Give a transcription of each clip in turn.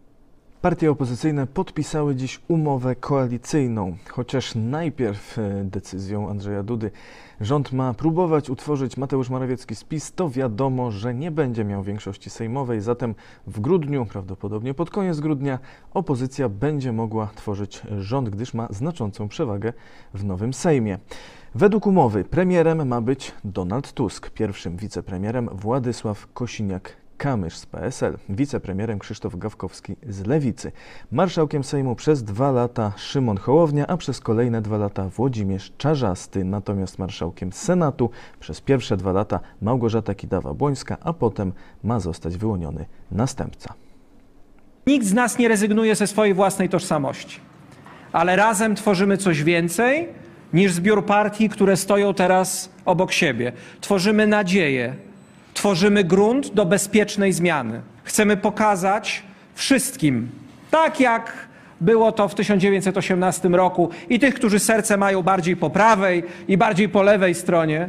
Partie opozycyjne podpisały dziś umowę koalicyjną, chociaż najpierw decyzją Andrzeja Dudy rząd ma próbować utworzyć Mateusz Morawiecki z PiS, to wiadomo, że nie będzie miał większości sejmowej, zatem w grudniu, prawdopodobnie pod koniec grudnia, opozycja będzie mogła tworzyć rząd, gdyż ma znaczącą przewagę w nowym Sejmie. Według umowy premierem ma być Donald Tusk, pierwszym wicepremierem Władysław Kosiniak-Kamysz z PSL, wicepremierem Krzysztof Gawkowski z Lewicy, marszałkiem Sejmu przez 2 lata Szymon Hołownia, a przez kolejne 2 lata Włodzimierz Czarzasty, natomiast marszałkiem Senatu przez pierwsze 2 lata Małgorzata Kidawa-Błońska, a potem ma zostać wyłoniony następca. Nikt z nas nie rezygnuje ze swojej własnej tożsamości, ale razem tworzymy coś więcej niż zbiór partii, które stoją teraz obok siebie. Tworzymy nadzieję, tworzymy grunt do bezpiecznej zmiany. Chcemy pokazać wszystkim, tak jak było to w 1918 roku i tych, którzy serce mają bardziej po prawej i bardziej po lewej stronie,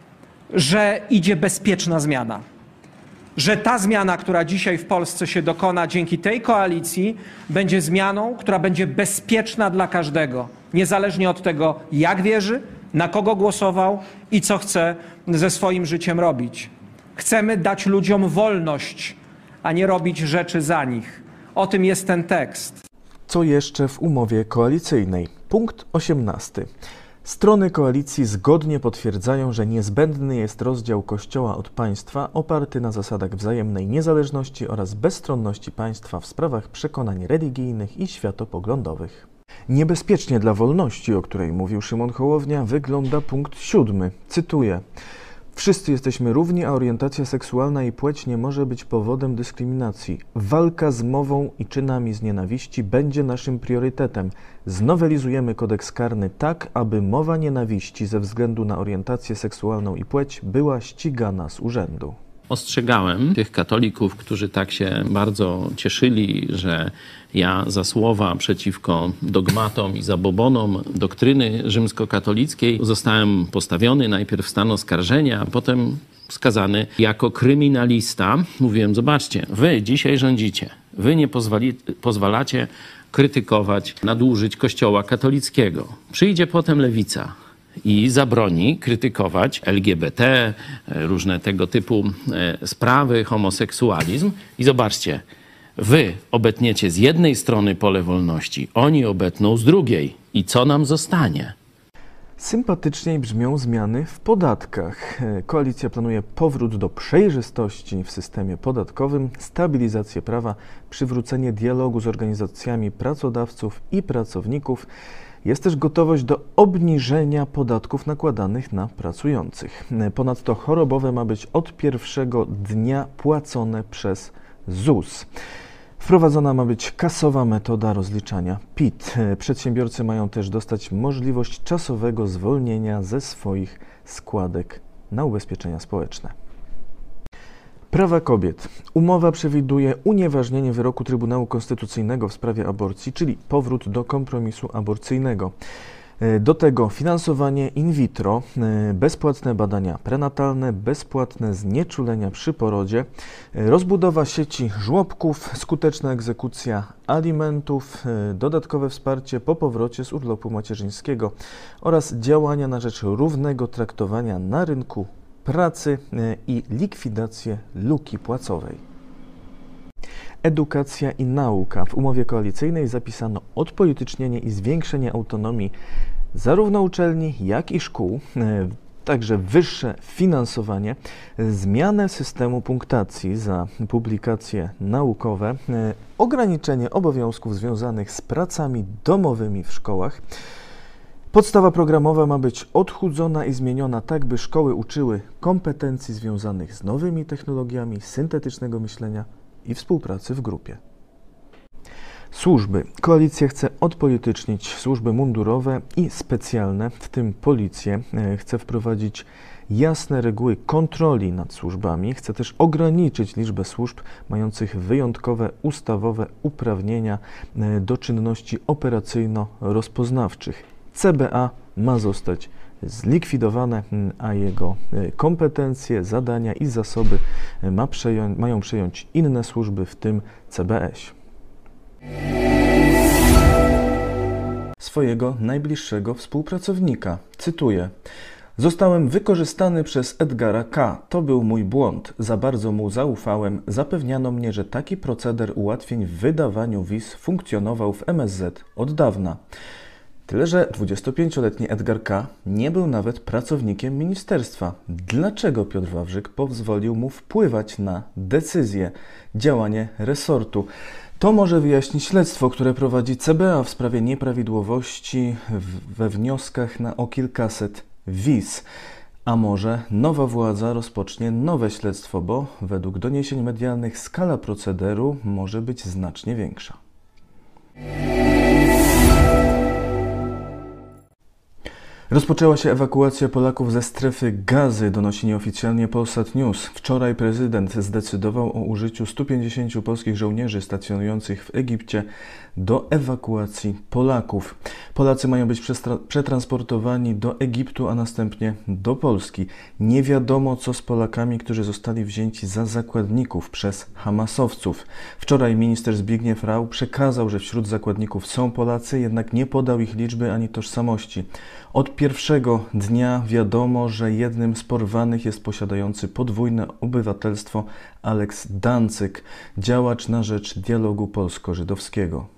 że idzie bezpieczna zmiana. Że ta zmiana, która dzisiaj w Polsce się dokona dzięki tej koalicji, będzie zmianą, która będzie bezpieczna dla każdego, niezależnie od tego, jak wierzy, na kogo głosował i co chce ze swoim życiem robić. Chcemy dać ludziom wolność, a nie robić rzeczy za nich. O tym jest ten tekst. Co jeszcze w umowie koalicyjnej? Punkt 18. Strony koalicji zgodnie potwierdzają, że niezbędny jest rozdział Kościoła od państwa oparty na zasadach wzajemnej niezależności oraz bezstronności państwa w sprawach przekonań religijnych i światopoglądowych. Niebezpiecznie dla wolności, o której mówił Szymon Hołownia, wygląda punkt 7. Cytuję. Wszyscy jesteśmy równi, a orientacja seksualna i płeć nie może być powodem dyskryminacji. Walka z mową i czynami z nienawiści będzie naszym priorytetem. Znowelizujemy kodeks karny tak, aby mowa nienawiści ze względu na orientację seksualną i płeć była ścigana z urzędu. Ostrzegałem tych katolików, którzy tak się bardzo cieszyli, że ja za słowa przeciwko dogmatom i zabobonom doktryny rzymskokatolickiej zostałem postawiony najpierw w stan oskarżenia, a potem skazany jako kryminalista. Mówiłem, zobaczcie, wy dzisiaj rządzicie, wy nie pozwalacie krytykować nadużyć Kościoła katolickiego. Przyjdzie potem lewica i zabroni krytykować LGBT, różne tego typu sprawy, homoseksualizm. I zobaczcie, wy obetniecie z jednej strony pole wolności, oni obetną z drugiej. I co nam zostanie? Sympatyczniej brzmią zmiany w podatkach. Koalicja planuje powrót do przejrzystości w systemie podatkowym, stabilizację prawa, przywrócenie dialogu z organizacjami pracodawców i pracowników. Jest też gotowość do obniżenia podatków nakładanych na pracujących. Ponadto chorobowe ma być od pierwszego dnia płacone przez ZUS. Wprowadzona ma być kasowa metoda rozliczania PIT. Przedsiębiorcy mają też dostać możliwość czasowego zwolnienia ze swoich składek na ubezpieczenia społeczne. Prawa kobiet. Umowa przewiduje unieważnienie wyroku Trybunału Konstytucyjnego w sprawie aborcji, czyli powrót do kompromisu aborcyjnego. Do tego finansowanie in vitro, bezpłatne badania prenatalne, bezpłatne znieczulenia przy porodzie, rozbudowa sieci żłobków, skuteczna egzekucja alimentów, dodatkowe wsparcie po powrocie z urlopu macierzyńskiego oraz działania na rzecz równego traktowania na rynku pracy i likwidację luki płacowej. Edukacja i nauka. W umowie koalicyjnej zapisano odpolitycznienie i zwiększenie autonomii zarówno uczelni, jak i szkół, także wyższe finansowanie, zmianę systemu punktacji za publikacje naukowe, ograniczenie obowiązków związanych z pracami domowymi w szkołach. Podstawa programowa ma być odchudzona i zmieniona tak, by szkoły uczyły kompetencji związanych z nowymi technologiami, syntetycznego myślenia i współpracy w grupie. Służby. Koalicja chce odpolitycznić służby mundurowe i specjalne, w tym policję. Chce wprowadzić jasne reguły kontroli nad służbami. Chce też ograniczyć liczbę służb mających wyjątkowe ustawowe uprawnienia do czynności operacyjno-rozpoznawczych. CBA ma zostać zlikwidowane, a jego kompetencje, zadania i zasoby mają przejąć inne służby, w tym CBŚ. Swojego najbliższego współpracownika. Cytuję: zostałem wykorzystany przez Edgara K. To był mój błąd. Za bardzo mu zaufałem. Zapewniano mnie, że taki proceder ułatwień w wydawaniu wiz funkcjonował w MSZ od dawna. Tyle, że 25-letni Edgar K. nie był nawet pracownikiem ministerstwa. Dlaczego Piotr Wawrzyk pozwolił mu wpływać na decyzje, działanie resortu? To może wyjaśnić śledztwo, które prowadzi CBA w sprawie nieprawidłowości we wnioskach o kilkaset wiz. A może nowa władza rozpocznie nowe śledztwo, bo według doniesień medialnych skala procederu może być znacznie większa. Rozpoczęła się ewakuacja Polaków ze strefy Gazy, donosi nieoficjalnie Polsat News. Wczoraj prezydent zdecydował o użyciu 150 polskich żołnierzy stacjonujących w Egipcie do ewakuacji Polaków. Polacy mają być przetransportowani do Egiptu, a następnie do Polski. Nie wiadomo, co z Polakami, którzy zostali wzięci za zakładników przez hamasowców. Wczoraj minister Zbigniew Rau przekazał, że wśród zakładników są Polacy, jednak nie podał ich liczby ani tożsamości. Od pierwszego dnia wiadomo, że jednym z porwanych jest posiadający podwójne obywatelstwo Aleks Dancyk, działacz na rzecz dialogu polsko-żydowskiego.